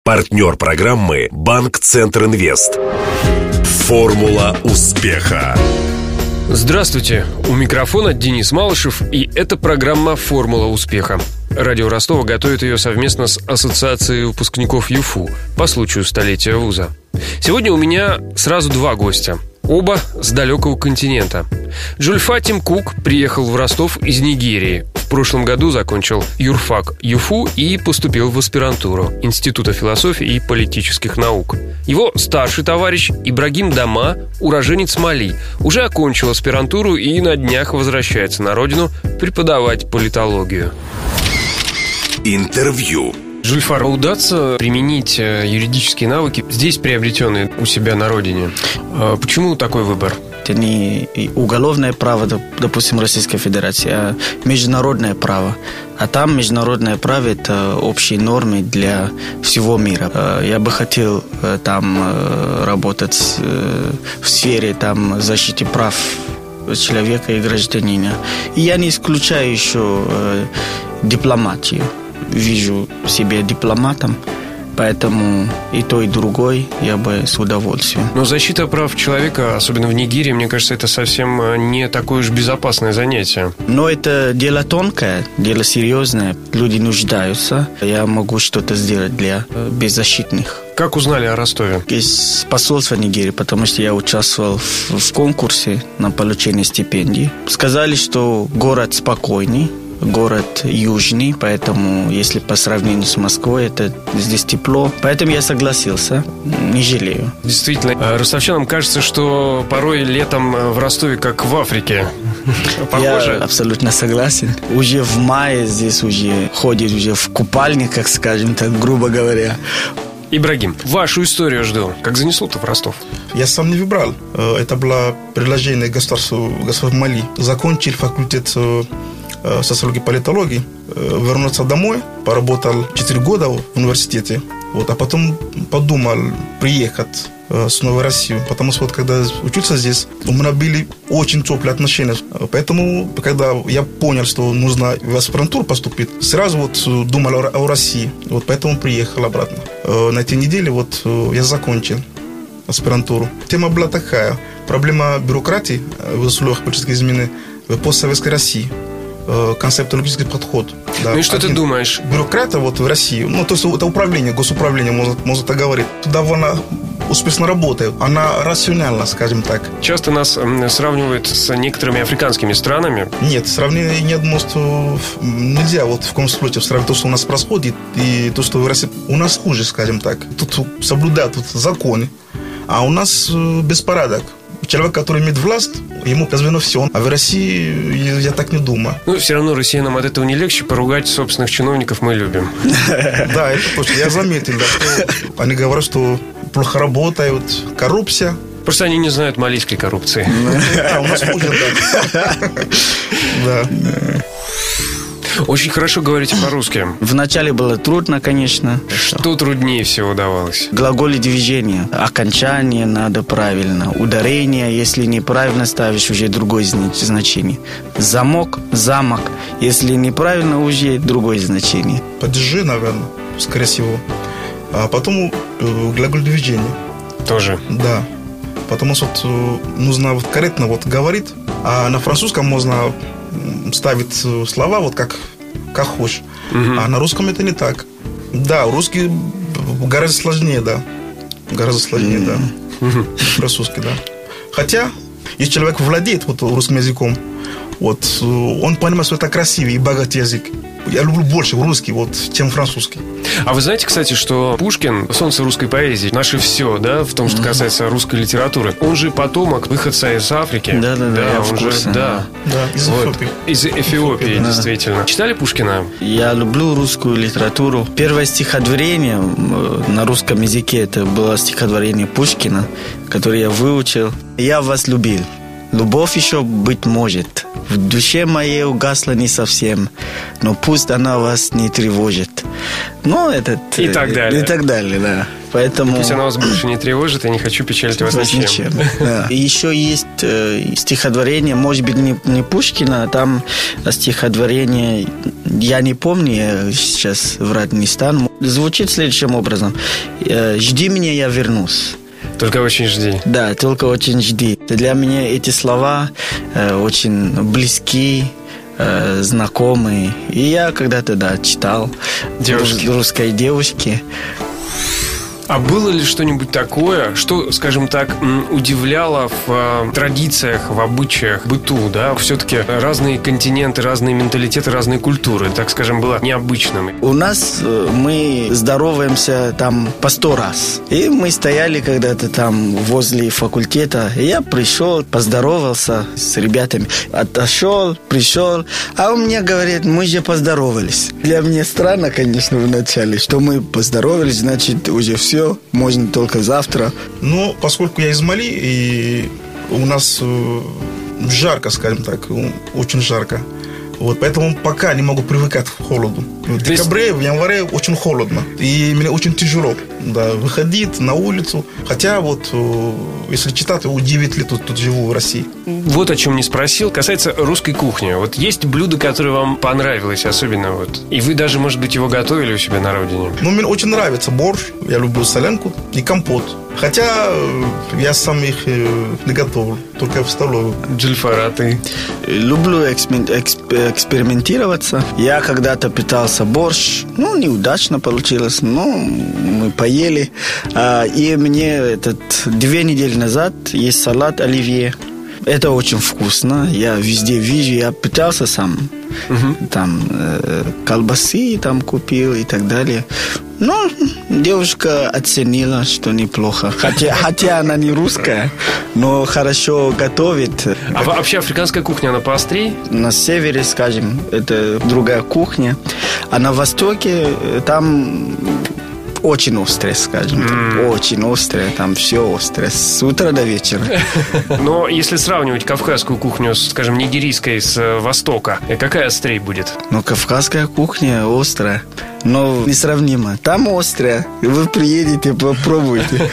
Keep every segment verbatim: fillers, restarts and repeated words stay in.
Партнер программы «Банк Центр Инвест». Формула успеха. Здравствуйте, у микрофона Денис Малышев, и это программа «Формула успеха». Радио Ростова готовит ее совместно с Ассоциацией выпускников ЮФУ по случаю столетия вуза. Сегодня у меня сразу два гостя, оба с далекого континента. Джульфа Тимкук приехал в Ростов из Нигерии. В прошлом году закончил юрфак ЮФУ и поступил в аспирантуру Института философии и политических наук. Его старший товарищ Ибрагим Дама, уроженец Мали, уже окончил аспирантуру и на днях возвращается на родину преподавать политологию. Интервью. Джульфар, удастся применить юридические навыки, здесь приобретенные у себя на родине? Почему такой выбор? Это не уголовное право, допустим, Российской Федерации, а международное право. А там международное право – это общие нормы для всего мира. Я бы хотел там работать в сфере там, защиты прав человека и гражданина. И я не исключаю еще дипломатию. Вижу себя дипломатом, поэтому и то, и другой я бы с удовольствием. Но защита прав человека, особенно в Нигерии, мне кажется, это совсем не такое уж безопасное занятие. Но это дело тонкое, дело серьезное. Люди нуждаются. Я могу что-то сделать для беззащитных. Как узнали о Ростове? Из посольства Нигерии, потому что я участвовал в, в конкурсе на получение стипендий. Сказали, что город спокойный, город южный, поэтому, если по сравнению с Москвой, это здесь тепло. Поэтому я согласился, не жалею. Действительно, ростовчанам кажется, что порой летом в Ростове как в Африке. Похоже? Я абсолютно согласен. Уже в мае здесь уже ходит уже в купальниках, скажем так, грубо говоря. Ибрагим, вашу историю жду. Как занесло-то в Ростов? Я сам не выбрал. Это было предложение государства, государства Мали. Закончил факультет социологии и политологии, вернулся домой, поработал четыре года в университете, вот, а потом подумал приехать снова в Россию, потому что вот, когда учился здесь, у меня были очень теплые отношения, поэтому, когда я понял, что нужно в аспирантуру поступить, сразу вот думал о, о России, вот поэтому приехал обратно. На этой неделе вот я закончил аспирантуру. Тема была такая: проблема бюрократии в условиях политической измены в постсоветской России. Концептологический подход. Да. Ну и что Один ты думаешь? Бюрократы вот в России, ну то есть это управление, госуправление, можно, можно так говорить, довольно успешно работает. Она рациональна, скажем так. Часто нас сравнивают с некоторыми африканскими странами. Нет, сравнение не одно, что нельзя вот в каком случае сравнить то, что у нас происходит, и то, что в России у нас хуже, скажем так. Тут соблюдают тут законы, а у нас беспорядок. Человек, который имеет власть, ему позволено все. А в России я так не думаю. Ну, все равно россиянам от этого не легче. Поругать собственных чиновников мы любим. Да, это точно. Я заметил, да, что они говорят, что плохо работают, коррупция. Просто они не знают малийской коррупции. А, у нас хуже, да. Да. Очень хорошо говорите по-русски. Вначале было трудно, конечно. Что труднее всего давалось? Глаголы движения. Окончание надо правильно. Ударение, если неправильно ставишь, уже другое значение. Замок, замок. Если неправильно, уже другое значение. Падежи, наверное, скорее всего. А потом э, глагол движения. Тоже? Да. Потому что вот, нужно вот корректно вот говорить, а на французском можно ставить слова вот как, как хочешь. Uh-huh. А на русском это не так. Да, русский гораздо сложнее, да. Гораздо сложнее, uh-huh. да. Uh-huh. Французский, да. Хотя, если человек владеет вот русским языком, вот, он понимает, что это красивый и богатый язык. Я люблю больше русский, вот, чем французский. А вы знаете, кстати, что Пушкин – солнце русской поэзии, наше все, да, в том, что касается русской литературы. Он же потомок выходца из Африки. Да, да, да, я он в курсе. Же, да. Да, из вот. Эфиопии. Из Эфиопии, да. Действительно. Читали Пушкина? Я люблю русскую литературу. Первое стихотворение на русском языке – это было стихотворение Пушкина, которое я выучил. «Я вас любил». Любовь еще быть может. В душе моей угасла не совсем, но пусть она вас не тревожит. Ну, этот... И так далее. И так далее, да. Поэтому... Пусть она вас больше не тревожит, я не хочу печалить вас ничем. ничем. Да. И еще есть э, стихотворение, может быть, не, не Пушкина, а там стихотворение, я не помню, я сейчас врать не стану. Звучит следующим образом. «Жди меня, я вернусь». Только очень жди. Да, только очень жди. Для меня эти слова э, очень близки, э, знакомые. И я когда-то, да, читал девушки. русской девушки. А было ли что-нибудь такое, что, скажем так, удивляло в традициях, в обычаях, быту, да? Все-таки разные континенты, разные менталитеты, разные культуры, так скажем, было необычным. У нас мы здороваемся там по сто раз. И мы стояли когда-то там возле факультета. И я пришел, поздоровался с ребятами. Отошел, пришел. А он мне говорит, мы же поздоровались. Для меня странно, конечно, вначале, что мы поздоровались, значит, уже все. Можно только завтра. Но поскольку я из Мали, и у нас жарко, скажем так, очень жарко. Вот, поэтому пока не могу привыкать к холоду. В декабре, в январе очень холодно. И мне очень тяжело, да, выходить на улицу. Хотя вот, если читать, я девять лет тут, тут живу в России. Вот о чем не спросил. Касается русской кухни. Вот есть блюдо, которое вам понравилось особенно. Вот. И вы даже, может быть, его готовили у себя на родине? Ну, мне очень нравится борщ. Я люблю солянку и компот. Хотя я сам их не готовлю, только в столовую. Джульфар, а ты? Люблю экспериментироваться. Я когда-то питался борщ. Ну, неудачно получилось. Но мы поели. И мне этот, две недели назад есть салат оливье. Это очень вкусно. Я везде вижу. Я пытался сам. Угу. Там э, колбасы там купил и так далее. Но девушка оценила, что неплохо. Хотя, хотя она не русская, но хорошо готовит. А вообще африканская кухня, она поострее? На севере, скажем, это другая кухня. А на востоке там... Очень острое, скажем так. Mm. Очень острое, там все острое. С утра до вечера. Но если сравнивать кавказскую кухню, скажем, нигерийской с Востока, какая острее будет? Ну, кавказская кухня острая, но несравнимо. Там острая. Вы приедете, попробуйте.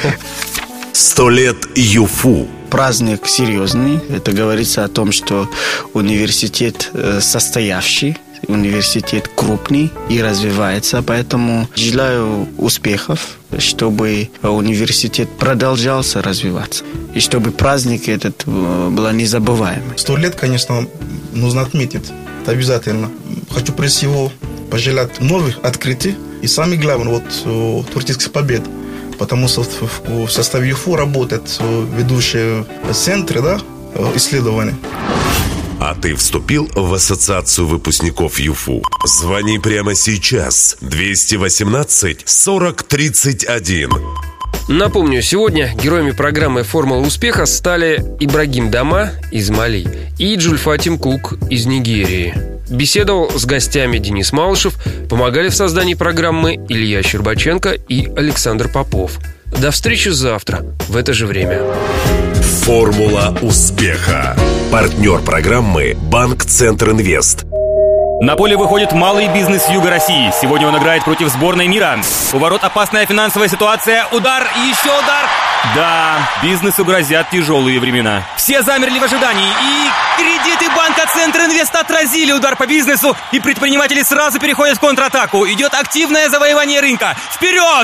Сто лет ЮФУ. Праздник серьезный. Это говорится о том, что университет состоявший. Университет крупный и развивается, поэтому желаю успехов, чтобы университет продолжался развиваться и чтобы праздник этот был незабываемый. Сто лет, конечно, нужно отметить, это обязательно. Хочу прежде всего пожелать новых открытий и самое главное, вот творческих побед, потому что в составе ЮФУ работают ведущие центры, да, исследований. А ты вступил в ассоциацию выпускников ЮФУ? Звони прямо сейчас. двести восемнадцать сорок тридцать один. Напомню, сегодня героями программы «Формула успеха» стали Ибрагим Дама из Мали и Джульфатим Кук из Нигерии. Беседовал с гостями Денис Малышев, помогали в создании программы Илья Щербаченко и Александр Попов. До встречи завтра в это же время. Формула успеха. Партнер программы «Банк Центр Инвест». На поле выходит малый бизнес Юга России. Сегодня он играет против сборной мира. У ворот опасная финансовая ситуация. Удар и еще удар. Да, бизнесу грозят тяжелые времена. Все замерли в ожидании. И кредиты банка Центр Инвест отразили удар по бизнесу. И предприниматели сразу переходят в контратаку. Идет активное завоевание рынка. Вперед!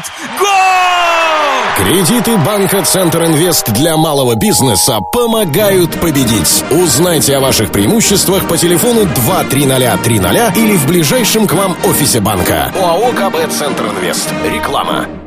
Гол! Кредиты банка Центр Инвест для малого бизнеса помогают победить. Узнайте о ваших преимуществах по телефону два три ноль три ноль или в ближайшем к вам офисе банка. ОАО КБ Центр Инвест. Реклама.